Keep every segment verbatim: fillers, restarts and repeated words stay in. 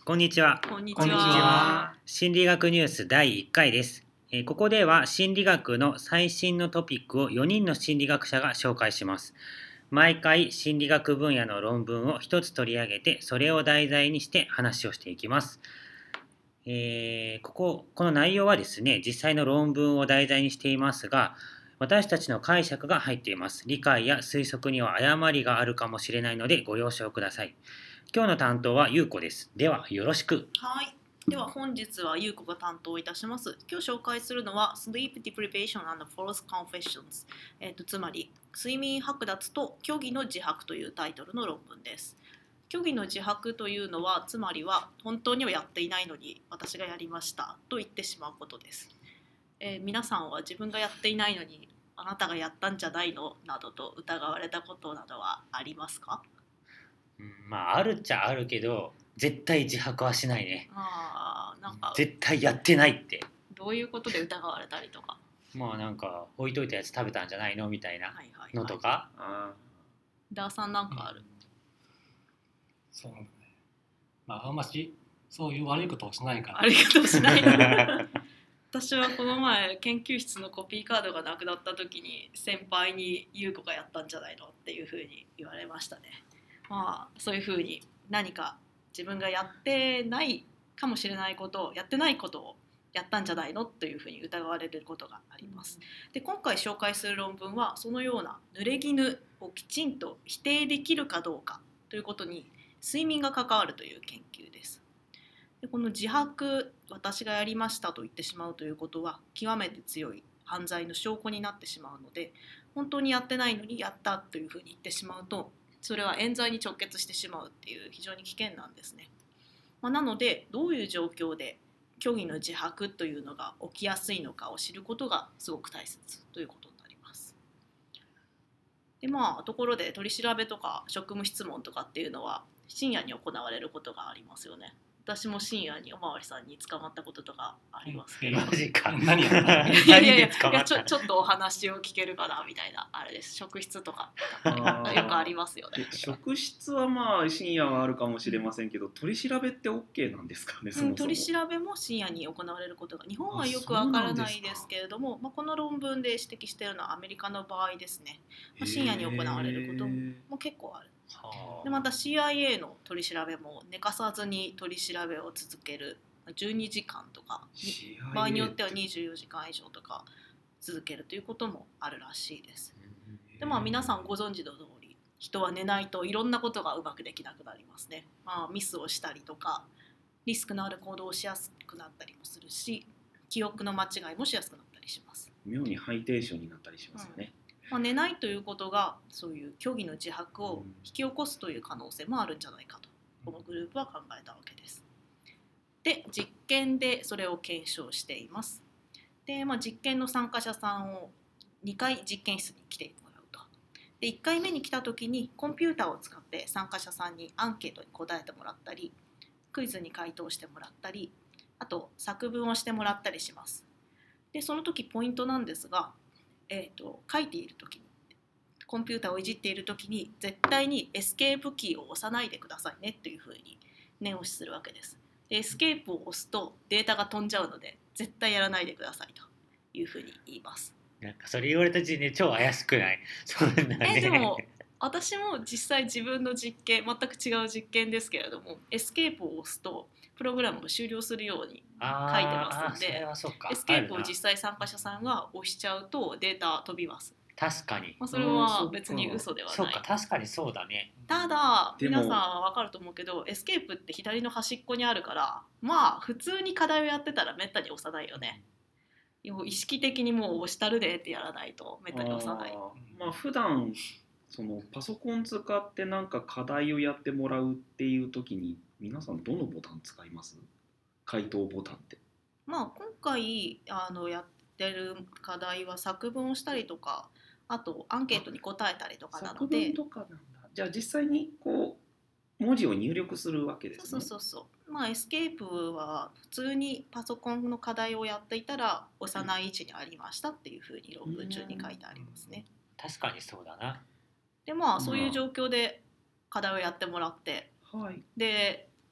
こんにちは。 こんにちこんにちは。 は。 心理学ニュースだいいっかいです。えーここでは心理学の最新のトピックをよにんの心理学者が紹介します。毎回心理学分野の論文を一つ取り上げて、それを題材にして話をしていきます。えーここ、この内容はですね、実際の論文を題材にしていますが、私たちの解釈が入っています。理解や推測には誤りがあるかもしれないのでご了承ください。今日の担当はゆうこです。ではよろしく。 はい。では本日はゆうこが担当いたします。今日紹介するのは Sleep Deprivation and False Confessions、えーと、つまり睡眠剥奪と虚偽の自白というタイトルの論文です。虚偽の自白というのはつまりは本当にはやっていないのに私がやりましたと言ってしまうことです。えー皆さんは自分がやっていないのにあなたがやったんじゃないのなどと疑われたことなどはありますか？ うんまああるっちゃあるけど、絶対自白はしないね。 あーなんか絶対やってないって。 どういうことで疑われたりとか。 まあなんか置いといたやつ食べたんじゃないのみたいなはいはいはい。 のとか。 あダーさんなんかある？ そうね。まああんましそういう悪いことをしないから。 ありがとうしないの。私はこの前研究室のコピーカードがなくなった時に先輩に優子がやったんじゃないのっていうふうに言われましたね。まあそういうふうに何か自分がやってないかもしれないことをやってないことをやったんじゃないのというふうに疑われることがあります。で今回紹介する論文はそのような濡れ衣をきちんと否定できるかどうかということに睡眠が関わるという研究です。でこの自白、私がやりましたと言ってしまうということは極めて強い犯罪の証拠になってしまうので、本当にやってないのにやったというふうに言ってしまうとそれは冤罪に直結してしまうっていう非常に危険なんですね。まあ、なのでどういう状況で虚偽の自白というのが起きやすいのかを知ることがすごく大切ということになります。でまあところで取り調べとか職務質問とかっていうのは深夜に行われることがありますよね。私も深夜におまわりさんに捕まったこととかありますけど、 マジか。 何やったいやいやいや何で捕まったいやちょちょっとお話を聞けるかなみたいなあれです。職質とかあーよくありますよね。 職質はまあ深夜はあるかもしれませんけど、取り調べって OK なんですかね、そもそも。 うん、取り調べも深夜に行われることが日本はよくわからないですけれども、まあ、この論文で指摘しているのはアメリカの場合ですね。まあ、深夜に行われることも結構ある。 はあでまた シーアイエー の取り調べも寝かさずに取り調べを続けるじゅうにじかんとか場合によってはにじゅうよじかん以上とか続けるということもあるらしいです。でまあ皆さんご存知の通り人は寝ないといろんなことがうまくできなくなりますね。まあ、ミスをしたりとかリスクのある行動をしやすくなったりもするし記憶の間違いもしやすくなったりします。 妙にハイテンションになったりしますよね。 まあ、寝ないということがそういう虚偽の自白を引き起こすという可能性もあるんじゃないかとこのグループは考えたわけです。で実験でそれを検証しています。で、まあ、実験の参加者さんをにかい実験室に来てもらうと。でいっかいめに来た時にコンピューターを使って参加者さんにアンケートに答えてもらったりクイズに回答してもらったりあと作文をしてもらったりします。でその時ポイントなんですがえー、と書いている時にコンピューターをいじっている時に絶対にエスケープキーを押さないでくださいねというふうに念押しするわけです。でエスケープを押すとデータが飛んじゃうので絶対やらないでくださいというふうに言います。 なんかそれ言われた時点で超怪しくない？そんなね。 えでも私も実際自分の実験全く違う実験ですけれどもエスケープを押すとプログラムが終了するようにあ書いてますんであーそれはそうか。 エスケープをあるな実際参加者さんが押しちゃうとデータ飛びます。 確かに。 まあ、それは別に嘘ではそうかない。 確かにそうだね。 ただでも皆さんは分かると思うけどエスケープって左の端っこにあるからまあ普通に課題をやってたらめったに押さないよね。意識的にもう押したるでってやらないとめったに押さない。 あーまあ普段そのパソコン使ってなんか課題をやってもらうっていう時に皆さんどのボタン使います？回答ボタンって。 まあ今回あのやってる課題は作文をしたりとかあとアンケートに答えたりとかな作ので文とかなんだ。じゃあ実際にこう文字を入力するわけですね。 そうそうそうそうまあエスケープは普通にパソコンの課題をやっていたら押さない位置にありましたっていうふうに論文中に書いてありますね。 確かにそうだな。 でまあそういう状況で課題をやってもらってはい。 で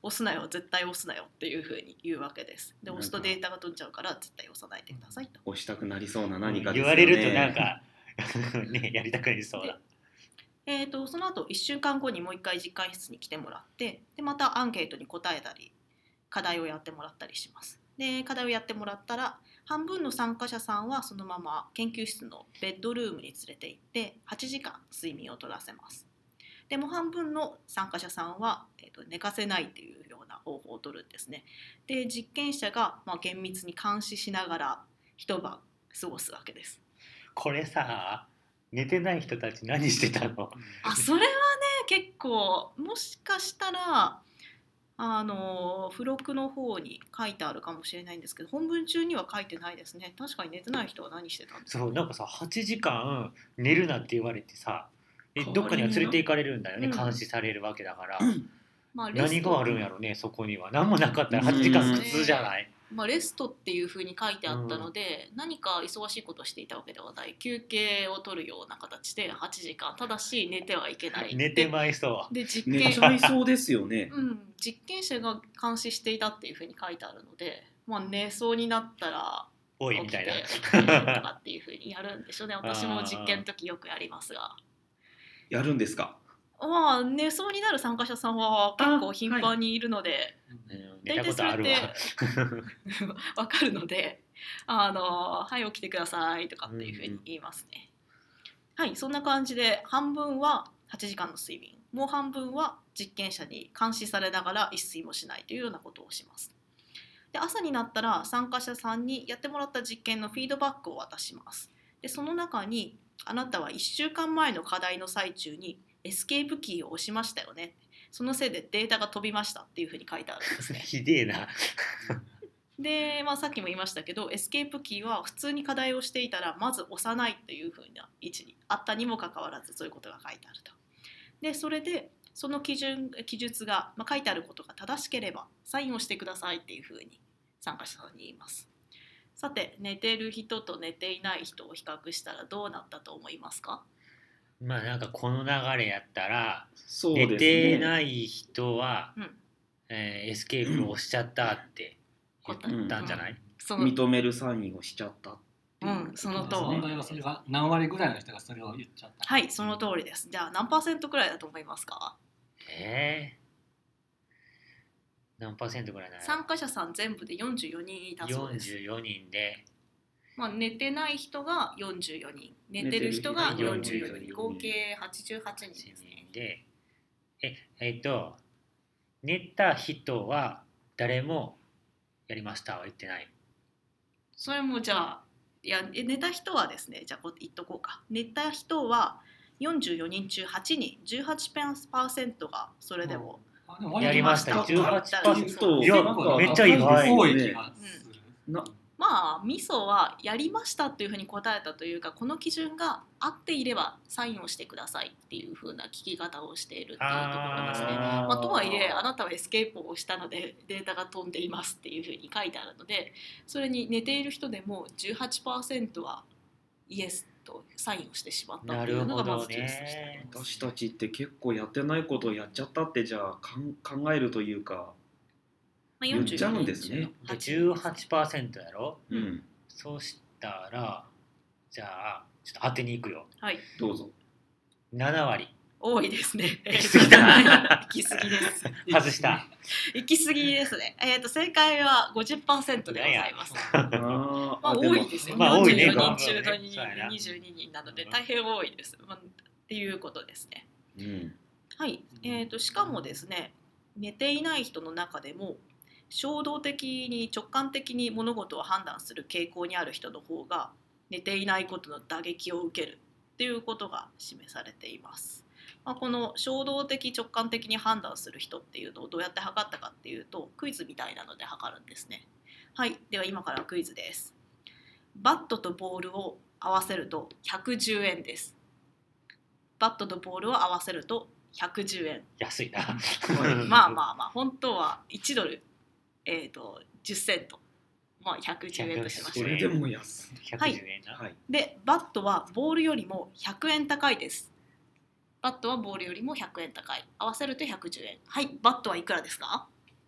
押すなよ絶対押すなよっていうふうに言うわけです。でなんか押すとデータが飛んじゃうから絶対押さないでくださいと。 押したくなりそうな何かです言よね。 われるとなんかねやりたくなりそうだ。 えー、とその後いっしゅうかんごにもう一回実験室に来てもらってでまたアンケートに答えたり課題をやってもらったりします。で課題をやってもらったら半分の参加者さんはそのまま研究室のベッドルームに連れて行ってはちじかん睡眠をとらせます。でも半分の参加者さんは、えー、と寝かせないというような方法を取るんですね。で実験者が、まあ、厳密に監視しながら一晩過ごすわけです。 これさ寝てない人たち何してたの？ あそれはね結構もしかしたらあの付録の方に書いてあるかもしれないんですけど本文中には書いてないですね。確かに寝てない人は何してたんですか？ そうなんかさはちじかん寝るなって言われてさえ代わりにどっかには連れて行かれるんだよね、 うん監視されるわけだから、 まあ、レスト何があるんやろねそこには。何もなかったらはちじかん苦痛じゃない？ まあ、レストっていうふうに書いてあったので、うん、何か忙しいことをしていたわけではない休憩を取るような形ではちじかんただし寝てはいけない寝てまいそう。 で実験、 寝ちゃいそうですよね。 うん、実験者が監視していたっていうふうに書いてあるので、まあ、寝そうになったらおいみたいな起きてとかっていうふうにやるんでしょうね。私も実験の時よくやりますがやるんですか？ まあ寝そうになる参加者さんは結構頻繁にいるので、 うん寝たことあるわ。 わかるのであのはい起きてくださいとかっていうふうに言いますね、うんうん、はいそんな感じで半分ははちじかんの睡眠もう半分は実験者に監視されながら一睡もしないというようなことをします。で朝になったら参加者さんにやってもらった実験のフィードバックを渡します。でその中にあなたはいっしゅうかんまえの課題の最中にエスケープキーを押しましたよねそのせいでデータが飛びましたっていうふうに書いてあるんですね。 ひでえな。 で、まあ、さっきも言いましたけどエスケープキーは普通に課題をしていたらまず押さないというふうな位置にあったにもかかわらずそういうことが書いてあると。でそれでその基準記述が、まあ、書いてあることが正しければサインをしてくださいっていうふうに参加者さんに言います。さて寝てる人と寝ていない人を比較したらどうなったと思いますか？ まあなんかこの流れやったら、 そうですね、 寝てない人は、 うんえーエスケープを押しちゃったって言ったんじゃない？ その認めるサインをしちゃったっていううんその通り問題はそれが何割ぐらいの人がそれを言っちゃったはいその通りです。じゃあ何パーセントくらいだと思いますか？ えー、何パーセントぐらいなの？ 参加者さん全部でよんじゅうよにんいたそうです。 よんじゅうよにんで、 まあ、寝てない人がよんじゅうよにん寝てる人がよんじゅうよにん合計はちじゅうはちにんですね。 でええっと寝た人は誰もやりましたは言ってない。 それもじゃあいや寝た人はですねじゃあこう言っとこうか。寝た人はよんじゅうよにん中はちにん じゅうはちパーセント がそれでも、 あでも割とやりました割とじゅうはちパーセント。 いいやめっちゃ意外多い気がする。 なまあミソはやりましたというふうに答えたというかこの基準が合っていればサインをしてくださいっていうふうな聞き方をしているっていうところですね。 あーまあ、とはいえあなたはエスケープを押したのでデータが飛んでいますっていうふうに書いてあるのでそれに寝ている人でも じゅうはちパーセント はイエスとサインをしてしまったっていうのがまずケースでしたね。 私たちって結構やってないことをやっちゃったってじゃあかん考えるというかまあ、 言っちゃうんですね。 で じゅうはちパーセント やろ。 うんそうしたらじゃあちょっと当てに行くよ。 はい、 どうぞ。 なな割。 多いですね。 行き過ぎた行き過ぎです。 外した。 行き過ぎですね。えっ、と正解は ごじゅっパーセント でございます。 あーまああでも多いですよ。 まあ多いねよんじゅうよにん中のそうやなにじゅうににんなので大変多いです。まあ、っていうことですね。 うんはい。えっ、としかもですね、寝ていない人の中でも衝動的に直感的に物事を判断する傾向にある人の方が寝ていないことの打撃を受けるっていうことが示されています。まあ、この衝動的直感的に判断する人っていうのをどうやって測ったかっていうとクイズみたいなので測るんですね。はい。では今からクイズです。バットとボールを合わせるとひゃくじゅうえんです。バットとボールを合わせるとひゃくじゅうえん。 安いな。 まあまあまあ本当はいちドル、えー、とじゅっセント、まあ、ひゃくじゅうえんとしましそれでも安い。 ひゃくじゅうえんな。 はいでバットはボールよりもひゃくえん高いです。バットはボールよりもひゃくえん高い。合わせるとひゃくじゅうえん。はい、バットはいくらですか？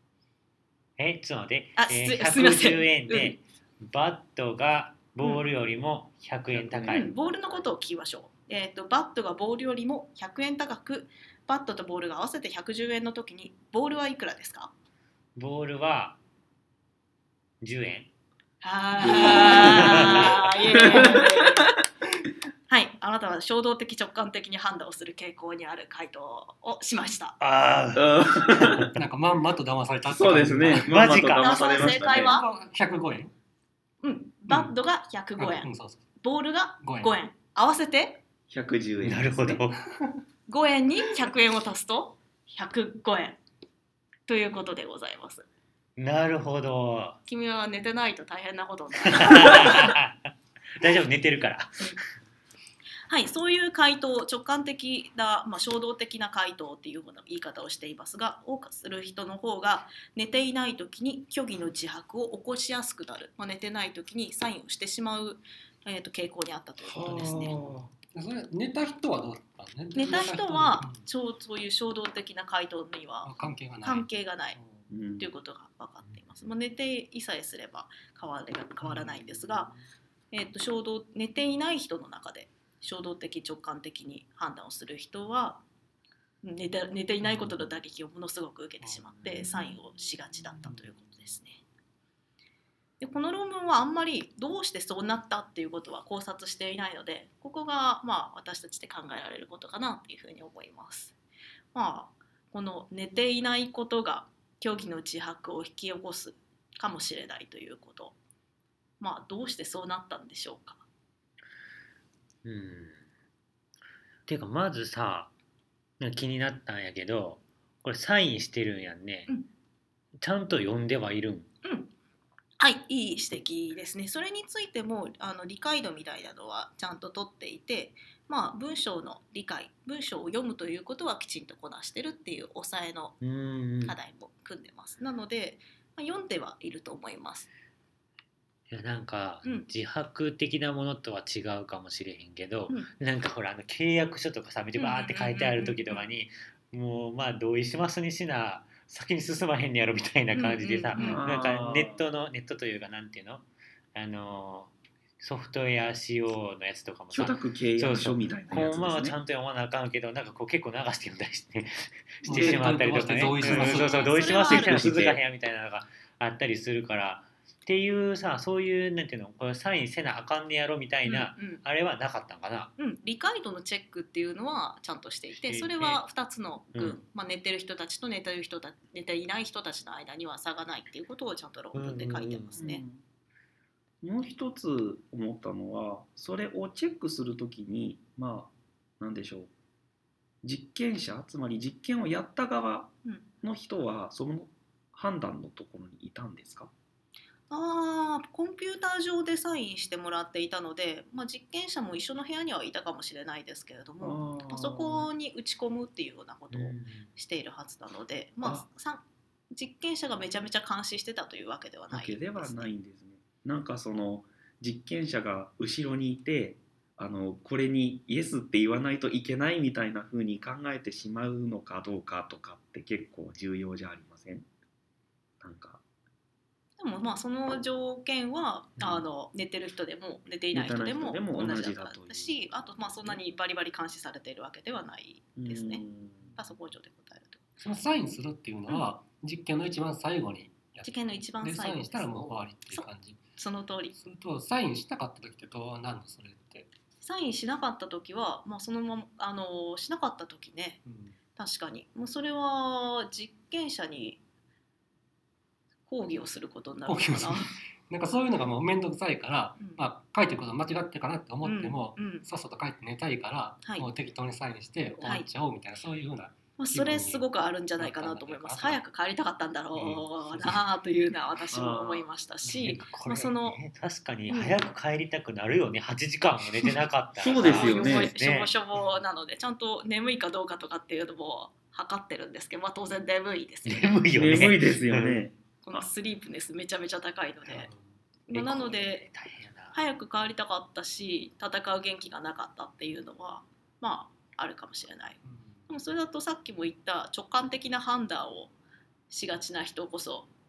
えちょっと待ってあえーすすいませんひゃくじゅうえんで、バットがボールよりもひゃくえん高い、 うん、ボールのことを聞きましょう。えー、とバットがボールよりもひゃくえん高く、バットとボールが合わせてひゃくじゅうえんの時にボールはいくらですか？ ボールはじゅうえん。 はーいイエーイはい、あなたは衝動的直感的に判断をする傾向にある回答をしました。 あうんなんかまんまと騙されたってそう感じですね。 マジかまんまと騙されましたね正解はひゃくごえんうん、バットがひゃくごえん、 うん、そうそうボールがごえんごえん、合わせてひゃくじゅうえんなるほど。 ごえんにひゃくえんを足すとひゃくごえんということでございます。 なるほど。 君は寝てないと大変なことになる大丈夫、寝てるから。 はい、そういう回答、直感的な、まあ、衝動的な回答っていうような言い方をしていますが、多くする人の方が寝ていない時に虚偽の自白を起こしやすくなる、まあ、寝てない時にサインをしてしまう、えー、と傾向にあったということですね。 それ寝た人はどうだったの？ 寝た人はうん超そういう衝動的な回答には関係がない。 関係がないうんということが分かっています。まあ、寝ていさえすれば変われ変わらないんですが、えー、と衝動寝ていない人の中で衝動的直感的に判断をする人は寝て、寝ていないことの打撃をものすごく受けてしまってサインをしがちだったということですね。でこの論文はあんまりどうしてそうなったっていうことは考察していないので、ここがまあ私たちで考えられることかなっていうふうに思います。まあこの寝ていないことが虚偽の自白を引き起こすかもしれないということ、まあどうしてそうなったんでしょうか。 うん。ていうかまずさ、気になったんやけど、これサインしてるんやんね。 うんちゃんと読んではいるん。 うんはい、いい指摘ですね。それについてもあの理解度みたいなのはちゃんと取っていて、まあ、文章の理解、文章を読むということはきちんとこなしてるっていう抑えのうーん。 課題も組んでます。なので、まあ、読んではいると思います。 いやなんか、 うん自白的なものとは違うかもしれへんけど、 うんなんかほらあの契約書とかさ見てバーって書いてある時とかに、もうまあ同意しますにしな先に進まへんねやろみたいな感じでさ、 うんうんうんなんかネットのネットというかなんていうの、あのソフトウェア仕様のやつとかもさ、 許諾契約書みたいなやつこうまあですね。 ちゃんと読まなあかんけど、なんかこう結構流して読んだりしてしうんてしまったりとかね、 同意しますうんそうそう同意しますみたいなそ続かへんみたいなのがあったりするからっていうさ、そういうなんていうの、これサインせなあかんねやろみたいな、 うんうんあれはなかったんかな。 うん、理解度のチェックっていうのはちゃんとしていて、それはふたつの群、 うんまあ、寝てる人たちと寝てる人た寝ていない人たちの間には差がないっていうことをちゃんと論文で書いてますね。 うんもう一つ思ったのは、それをチェックするときに、まあなんでしょう、実験者、つまり実験をやった側の人はその判断のところにいたんですか？ あーコンピューター上でサインしてもらっていたので、まあ、実験者も一緒の部屋にはいたかもしれないですけれども、 あーパソコンに打ち込むっていうようなことをうんしているはずなので、まあ、さ実験者がめちゃめちゃ監視してたというわけではなわいです、ね、 けではないんですね。なんかその実験者が後ろにいて、あのこれにイエスって言わないといけないみたいな風に考えてしまうのかどうかとかって結構重要じゃありません？なんかでもまあその条件は、 うんあの寝てる人でも寝ていない人でも寝てない人でも同じだっ同じだというたし、あとまあそんなにバリバリ監視されているわけではないですね。パソコン上で答えると。 そのサインするっていうのは、実験の一番最後にやって事件の一番で最後サインしたらもう終わりっていう感じ。 その通り。 するとサインしたかった時ってどうなんのそれって？ サインしなかった時は、まあ、そのままあのしなかった時ね、 うん確かにもうそれは実験者に抗議をすることになるのかな。 抗議をするなんかそういうのがもう面倒くさいから、 うんまあ、書いてること間違ってるかなって思っても、 うんうんさっさと書いて寝たいから、 はいもう適当にサインして終わっちゃおうみたいな、そういうふうな。 まあ、それすごくあるんじゃないかなと思います。早く帰りたかったんだろうなというのは私も思いましたし、 これまあそのね確かにうん早く帰りたくなるよね、はちじかんも寝てなかったらさそうですよねしょぼしょぼしょぼなのでちゃんと眠いかどうかとかっていうのも測ってるんですけど、まあ、当然眠いですよね。 眠いよね。 眠いですよね。 このスリープネスめちゃめちゃ高いので、 えまあなので大変やな。 早く帰りたかったし戦う元気がなかったっていうのはまああるかもしれない。でもそれだとさっきも言った直感的な判断をしがちな人こそ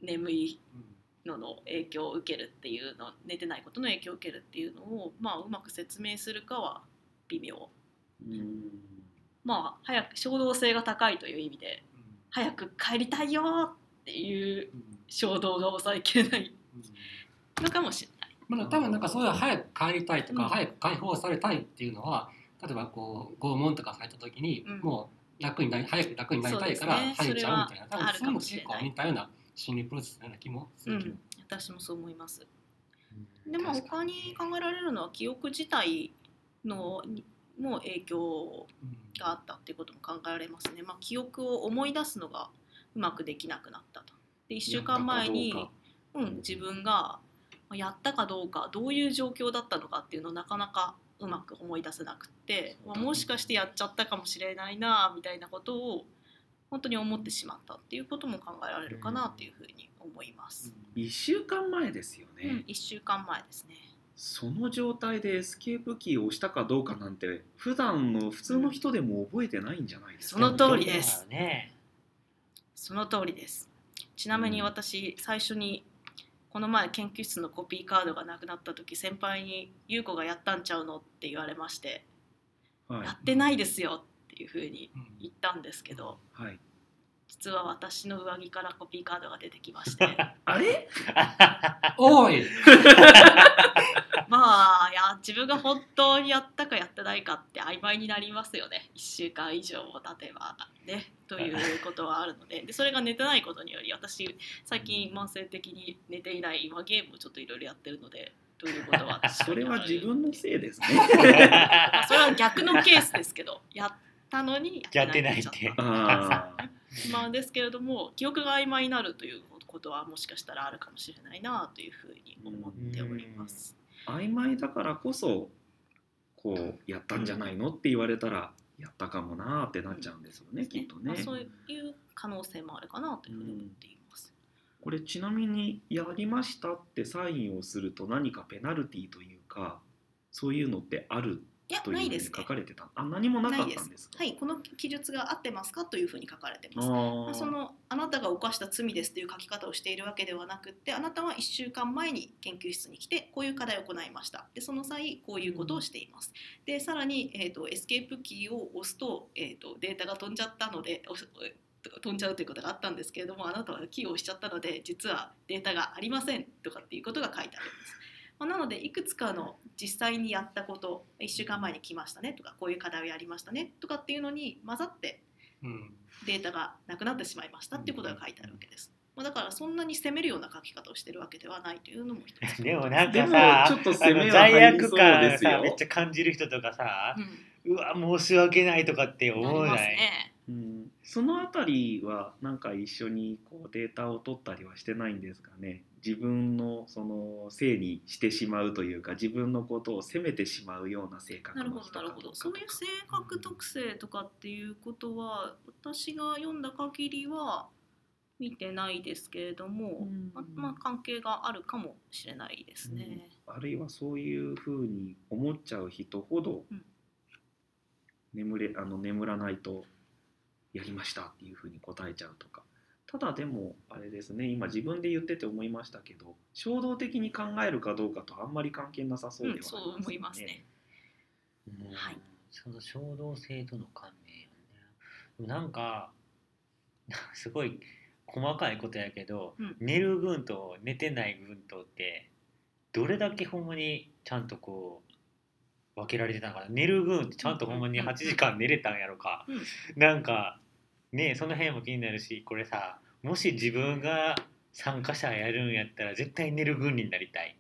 眠いのの影響を受けるっていうの、寝てないことの影響を受けるっていうのを、まあ、うまく説明するかは微妙。 うんまあ早く衝動性が高いという意味で、早く帰りたいよっていう衝動が抑えきれないのかもしれない。 まあ、多分なんかそういう早く帰りたいとか、 うん、 早く解放されたいっていうのは、例えばこう拷問とかされた時に、 うん、 もう楽になり早く楽になりたいから入っちゃうみたいな、多分そういうの結構似たような心理プロセスのような気もするけど、 うん、私もそう思います。でも他に考えられるのは記憶自体のも影響があったっていうことも考えられますね。まあ、記憶を思い出すのがうまくできなくなったと。でいっしゅうかんまえに、うん、自分がやったかどうか、どういう状況だったのかっていうのをなかなかうまく思い出せなくて、まあ、もしかしてやっちゃったかもしれないなみたいなことを本当に思ってしまったっていうことも考えられるかなっていうふうに思います。 いっしゅうかんまえですよね、 うん、いっしゅうかんまえですね。 その状態でエスケープキーを押したかどうかなんて普段の普通の人でも覚えてないんじゃないですか。 その通りです、 ね、 その通りです。ちなみに私、最初にこの前研究室のコピーカードがなくなった時、先輩に「優子がやったんちゃうの?」って言われまして、はい、やってないですよっていうふうに言ったんですけど、はい、実は私の上着からコピーカードが出てきましてあれおいまあ、いや自分が本当にやったかやってないかって曖昧になりますよね。いっしゅうかん以上も経てばね、ということはあるので、でそれが寝てないことにより、私最近慢性的に寝ていない、今ゲームをちょっといろいろやってるので、ということはそれは自分のせいですねまあそれは逆のケースですけど、やったのにやってないってあまあですけれども、記憶が曖昧になるということはもしかしたらあるかもしれないなというふうに思っております。 曖昧だからこそこうやったんじゃないのって言われたらやったかもなってなっちゃうんですよね、うん、きっとね、 まあ、そういう可能性もあるかなというふうに思っています。 うん、これちなみにやりましたってサインをすると何かペナルティというかそういうのってあるというふうに書かれてた。あ、何もなかったんですか。 はい、この記述が合ってますかというふうに書かれてます。あ、まあ、そのあなたが犯した罪ですという書き方をしているわけではなくって、あなたはいっしゅうかんまえに研究室に来てこういう課題を行いました。でその際こういうことをしています。でさらに、えーと、エスケープキーを押すと、えーと、データが飛んじゃったので飛んじゃうということがあったんですけれども、あなたはキーを押しちゃったので実はデータがありませんとかっていうことが書いてあります。まあ、なのでいくつかの実際にやったこと、いっしゅうかんまえに来ましたねとか、こういう課題をやりましたねとかっていうのに混ざってデータがなくなってしまいましたっていうことが書いてあるわけです。まあ、だからそんなに責めるような書き方をしてるわけではないというのも一つ。 でもなんかさ、 ちょっと責めは入りそうですよ。 罪悪感さめっちゃ感じる人とかさ、うん、うわ申し訳ないとかって思うない。 ね、 うん、そのあたりはなんか一緒にこうデータを取ったりはしてないんですかね。自分のそのせいにしてしまうというか、自分のことを責めてしまうような性格の人かとか。 なるほどなるほど。そういう性格特性とかっていうことは私が読んだ限りは見てないですけれども、うん、ままあ関係があるかもしれないですね。 うん、あるいはそういうふうに思っちゃう人ほど、うん、眠れあの眠らないとやりましたっていうふうに答えちゃうとか。ただでもあれですね、今自分で言ってて思いましたけど、衝動的に考えるかどうかとあんまり関係なさそうではありますね。 うん、そう思いますね。 うん、はい。その衝動性との関連、なんかすごい細かいことやけど、うん、寝る群と寝てない群とってどれだけほんまにちゃんとこう分けられてたのかな。寝る群ってちゃんとほんまにはちじかん寝れたんやろか、うん、なんかね、その辺も気になるし、これさ、もし自分が参加者やるんやったら絶対寝る群になりたい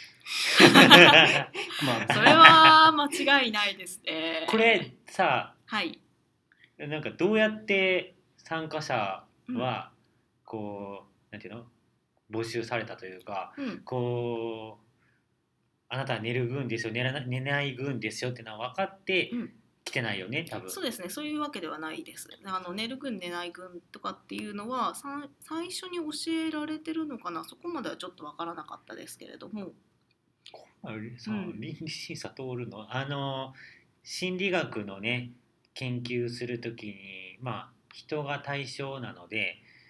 まあそれは間違いないですね。 これさ、 はい、 なんかどうやって参加者はこう、うん、なんていうの、募集されたというか、うん、こうあなたは寝る群ですよ、寝らな寝ない群ですよってのは分かって、うん、来てないよね、多分。 そうですね、そういうわけではないです。あの寝る群寝ない群とかっていうのはさ最初に教えられてるのかな、そこまではちょっと分からなかったですけれども。 これさ、うん、倫理審査通るの、あの心理学のね研究するときに、まあ人が対象なので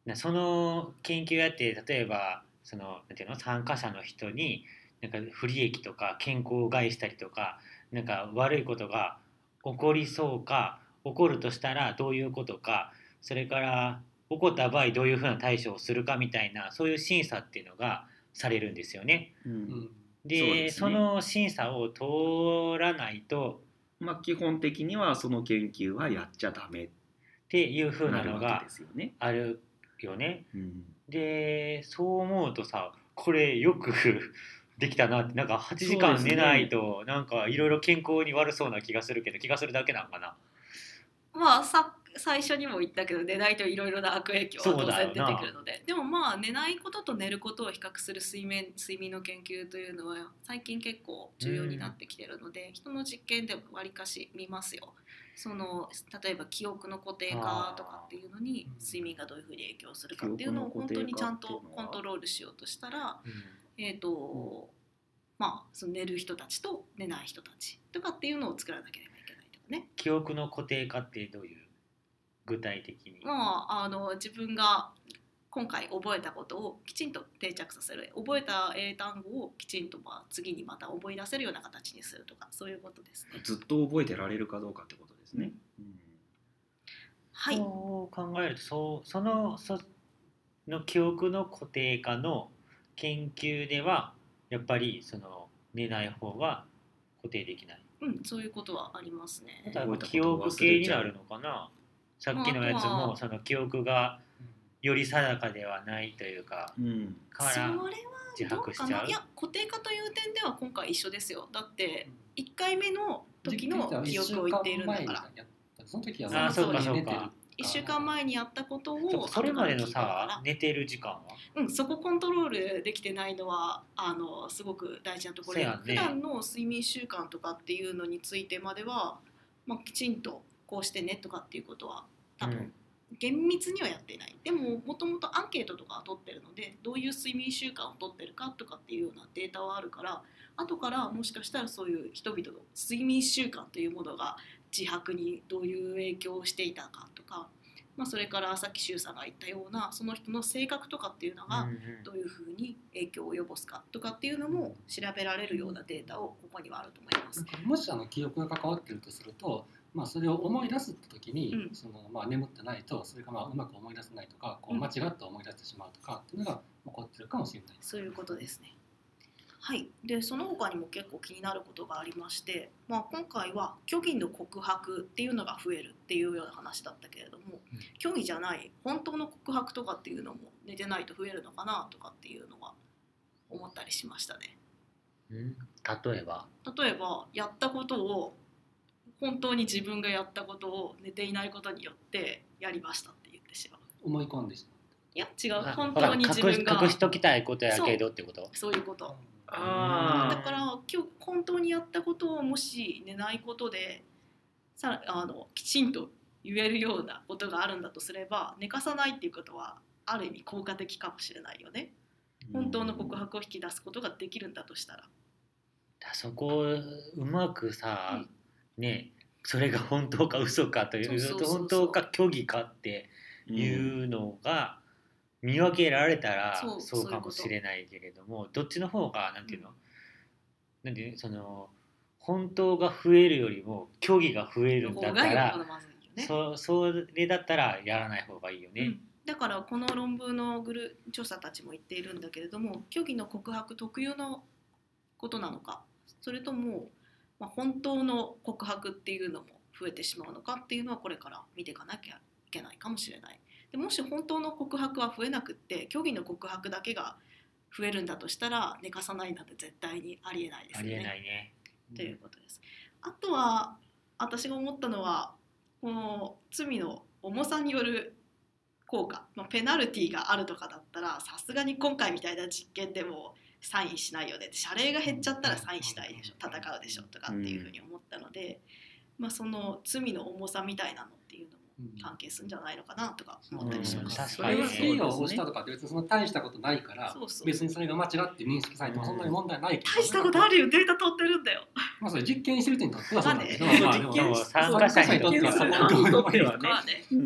なその研究やって例えばそのなんていうの参加者の人になんか不利益とか健康を害したりとかなんか悪いことが起こりそうか起こるとしたらどういうことかそれから起こった場合どういうふうな対処をするかみたいなそういう審査っていうのがされるんですよね。 うん、 で、 そ, で、ね、その審査を通らないと、 まあ、基本的にはその研究はやっちゃダメっていうふうなのがあるよね。 うん、 でそう思うとさこれよくできたなってなんかはちじかん寝ないとなんかいろいろ健康に悪そうな気がするけど気がするだけなんかな。 まあさ最初にも言ったけど寝ないといろいろな悪影響は当然出てくるのででもまあ寝ないことと寝ることを比較する睡眠、睡眠の研究というのは最近結構重要になってきてるので、うん、人の実験でもわりかし見ますよ。その例えば記憶の固定化とかっていうのに睡眠がどういうふうに影響するかっていうのを本当にちゃんとコントロールしようとしたら、うん、えっとまあその寝る人たちと寝ない人たちとかっていうのを作らなければいけないとかね。 記憶の固定化ってどういう具体的に？ まあ、あの自分が今回覚えたことをきちんと定着させる覚えた英単語をきちんとまあ次にまた覚え出せるような形にするとかそういうことですね。 ずっと覚えてられるかどうかってことですね、うんうん、 はい、そう考えるとそうそのその記憶の固定化の研究ではやっぱりその寝ない方が固定できない。 うん、そういうことはありますね。 だから記憶系になるのかな。さっきのやつもその記憶がより定かではないというか、うん、から自白しちゃう。 いや固定化という点では今回一緒ですよ。だっていっかいめの時の記憶を言っているんだから。 その時はああそうかそうか。 いっしゅうかんまえにやったことをそれまでのさ寝てる時間は、 うん、そこコントロールできてないのはあのすごく大事なところで、ね、普段の睡眠習慣とかっていうのについてまでは、まあ、きちんとこうしてねとかっていうことは多分、うん厳密にはやっていない。でももともとアンケートとかは取ってるのでどういう睡眠習慣を取ってるかとかっていうようなデータはあるから後からもしかしたらそういう人々の睡眠習慣というものが自白にどういう影響をしていたかとか、まあ、それからさっき周さんが言ったようなその人の性格とかっていうのがどういうふうに影響を及ぼすかとかっていうのも調べられるようなデータをここにはあると思います。 もしあの記憶が関わっているとするとまあ、それを思い出す時に、うんそのまあ、眠ってないとそれがまあうまく思い出せないとかこう間違って思い出してしまうとかっていうのが起こってるかもしれない、 そういうことですね。はい、でその他にも結構気になることがありまして、まあ、今回は虚偽の告白っていうのが増えるっていうような話だったけれども、うん、虚偽じゃない本当の告白とかっていうのも寝てないと増えるのかなとかっていうのは思ったりしましたね。 うん、例えば例えばやったことを本当に自分がやったことを寝ていないことによってやりましたって言ってしまう。 思い込んでしまう。いや違う本当に自分が隠しときたいことやけどってこと。 そう、そういうこと。 あだから今日本当にやったことをもし寝ないことでさあのきちんと言えるようなことがあるんだとすれば寝かさないっていうことはある意味効果的かもしれないよね。本当の告白を引き出すことができるんだとしたら。 そこをうまくさ、うんね、それが本当か嘘かというと本当か虚偽かっていうのが見分けられたらそうかもしれないけれどもどっちの方がなんていうの、うん、なんていうその本当が増えるよりも虚偽が増えるんだったら、ね、そ, それだったらやらない方がいいよね、うん、 だからこの論文のグル調査たちも言っているんだけれども虚偽の告白特有のことなのかそれともまあ、本当の告白っていうのも増えてしまうのかっていうのはこれから見ていかなきゃいけないかもしれない。でもし本当の告白は増えなくって虚偽の告白だけが増えるんだとしたら寝かさないなんて絶対にありえないですよね。 ありえないね、 ということです。あとは私が思ったのはこの罪の重さによる効果、まあ、ペナルティがあるとかだったらさすがに今回みたいな実験でもサインしないよね謝礼が減っちゃったらサインしたいでしょ戦うでしょとかっていうふうに思ったので、うんまあ、その罪の重さみたいなのっていうのも関係するんじゃないのかなとか思ったりしました。 それが罪を犯したとかって別にその大したことないからそうそう別にそれが間違って認識されてもそんなに問題ないけど、 大したことあるよデータ取ってるんだよ。 まあそれ実験してる人にとってはそうなんだけど、 まあね、参加者にとってはそこにとってはね、うん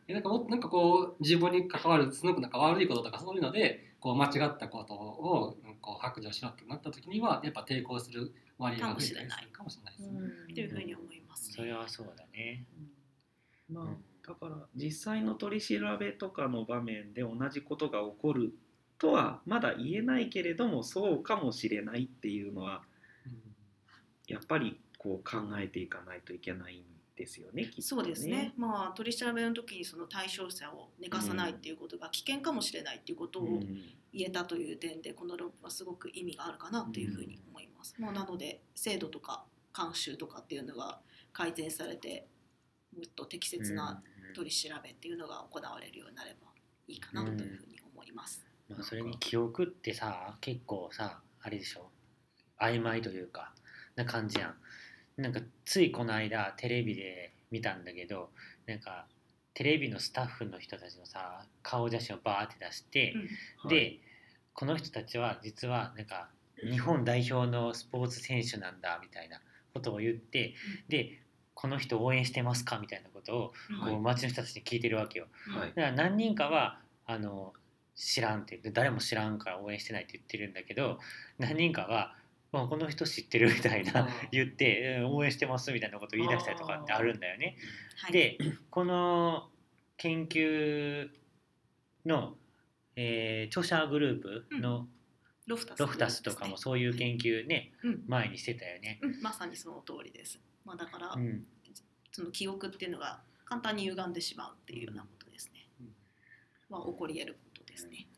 なんかもなんかこう自分に関わるすごくなんか悪いこととかそういうのでこう間違ったことをこう白状しろってなった時にはやっぱ抵抗する割合が増えたりするかもしれないですね。 っていうふうに思いますね。 それはそうだね。 まあ、だから実際の取り調べとかの場面で同じことが起こるとはまだ言えないけれどもそうかもしれないっていうのはやっぱりこう考えていかないといけないんですよね。きっとね。 そうですね。まあ取り調べの時にその対象者を寝かさないっていうことが危険かもしれないっていうことを言えたという点でこの論文はすごく意味があるかなというふうに思います。もうなので制度とか慣習とかっていうのが改善されてもっと適切な取り調べっていうのが行われるようになればいいかなというふうに思います。 まあ、それに記憶ってさ結構さあれでしょ曖昧というかな感じやん。なんかついこの間テレビで見たんだけどなんかテレビのスタッフの人たちのさ顔写真をバーって出して、うん、で、はい、この人たちは実はなんか日本代表のスポーツ選手なんだみたいなことを言って、うん、でこの人応援してますかみたいなことをこう街の人たちに聞いてるわけよ、はい、だから何人かはあの知らんって言って誰も知らんから応援してないって言ってるんだけど何人かはまあ、この人知ってるみたいな言って応援してますみたいなことを言い出したりとかってあるんだよね。でこの研究の、えー、著者グループの、うん、ロフタス、ロフタスとかもそういう研究ね、うん、前にしてたよね、 うん、まさにその通りです。まあ、だから、うん、その記憶っていうのが簡単に歪んでしまうっていうようなことですね、うんまあ、起こり得ることですね。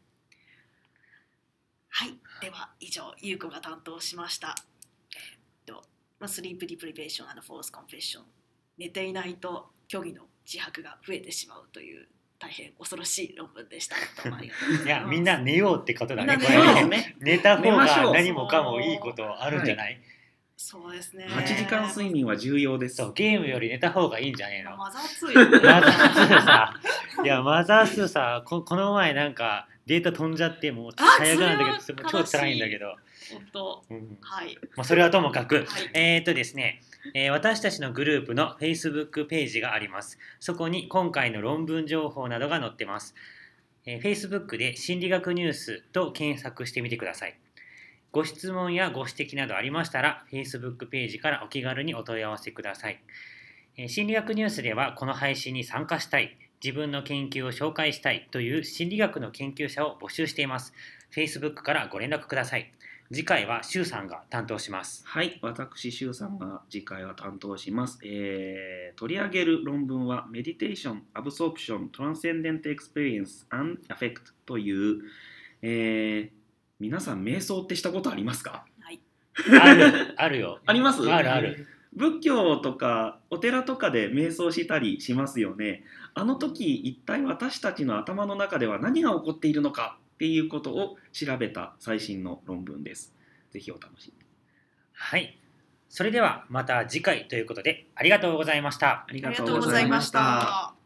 はい、では以上ゆうこが担当しました、えー、とスリープディプリベーション&フォースコンフェッション、寝ていないと虚偽の自白が増えてしまうという大変恐ろしい論文でした。どうもありがとうございます。 いやみんな寝ようってことだね。これね寝た方が何もかもいいことあるんじゃない？ そうですね。 はちじかん睡眠は重要です。 そうゲームより寝た方がいいんじゃねえの？ マザーツーマザーツーさいやマザーツーさ こ, この前なんかデータ飛んじゃってもう最悪なんだけど超辛いんだけど本当、うんはいまあ、それはともかく、 はい、 えー、っとですね、えー、私たちのグループの Facebook ページがあります。そこに今回の論文情報などが載ってます、えー、Facebook で心理学ニュースと検索してみてください。ご質問やご指摘などありましたら Facebook ページからお気軽にお問い合わせください。えー、心理学ニュースではこの配信に参加したい、自分の研究を紹介したいという心理学の研究者を募集しています。Facebook からご連絡ください。次回はシュウさんが担当します。 はい、私シュウさんが次回は担当します。えー、取り上げる論文はメディテーション、アブソープション、トランセンデントエクスペリエンス、アンアフェクトという、えー、皆さん瞑想ってしたことありますか？ はい。 あるあるよ。 あります？ あるある。 仏教とかお寺とかで瞑想したりしますよね。あの時一体私たちの頭の中では何が起こっているのかっていうことを調べた最新の論文です。ぜひお楽しみに。 はい。それではまた次回ということでありがとうございました。 ありがとうございました。